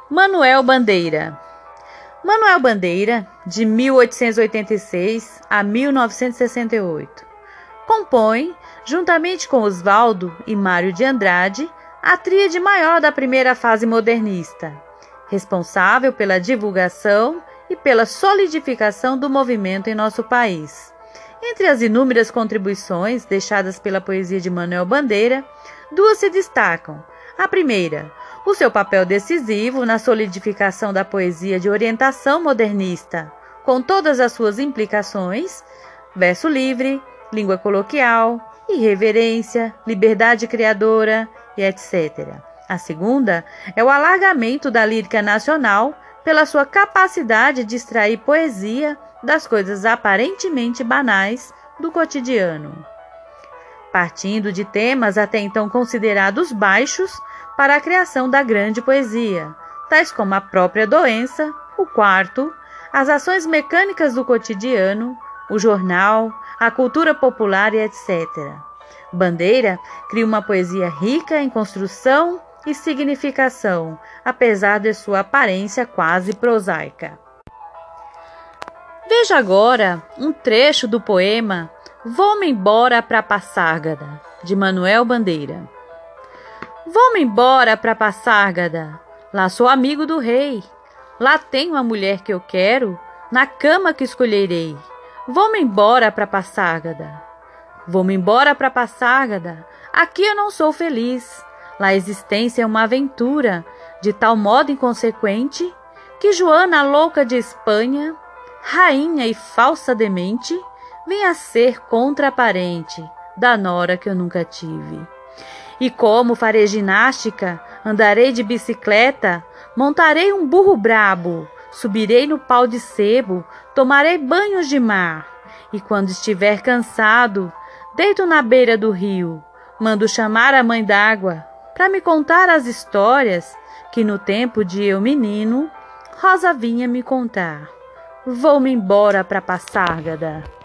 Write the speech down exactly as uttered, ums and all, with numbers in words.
Manuel Bandeira. Manuel Bandeira, de mil oitocentos e oitenta e seis a mil novecentos e sessenta e oito, compõe, juntamente com Osvaldo e Mário de Andrade, a tríade maior da primeira fase modernista, responsável pela divulgação e pela solidificação do movimento em nosso país. Entre as inúmeras contribuições deixadas pela poesia de Manuel Bandeira, duas se destacam. A primeira, o seu papel decisivo na solidificação da poesia de orientação modernista, com todas as suas implicações: verso livre, língua coloquial, irreverência, liberdade criadora e etcétera. A segunda é o alargamento da lírica nacional pela sua capacidade de extrair poesia das coisas aparentemente banais do cotidiano, partindo de temas até então considerados baixos para a criação da grande poesia, tais como a própria doença, o quarto, as ações mecânicas do cotidiano, o jornal, a cultura popular e etcétera. Bandeira cria uma poesia rica em construção e significação, apesar de sua aparência quase prosaica. Veja agora um trecho do poema Vou-me embora pra Passárgada, de Manuel Bandeira. Vou-me embora pra Passárgada, lá sou amigo do rei, lá tenho a mulher que eu quero, na cama que escolherei. Vou-me embora pra Passárgada, vou-me embora pra Passárgada, aqui eu não sou feliz, lá a existência é uma aventura, de tal modo inconsequente, que Joana, louca de Espanha, rainha e falsa demente, vem a ser contraparente da nora que eu nunca tive. E como farei ginástica, andarei de bicicleta, montarei um burro brabo, subirei no pau de sebo, tomarei banhos de mar, e quando estiver cansado, deito na beira do rio, mando chamar a mãe d'água para me contar as histórias que no tempo de eu menino, Rosa vinha me contar. Vou-me embora pra Passárgada.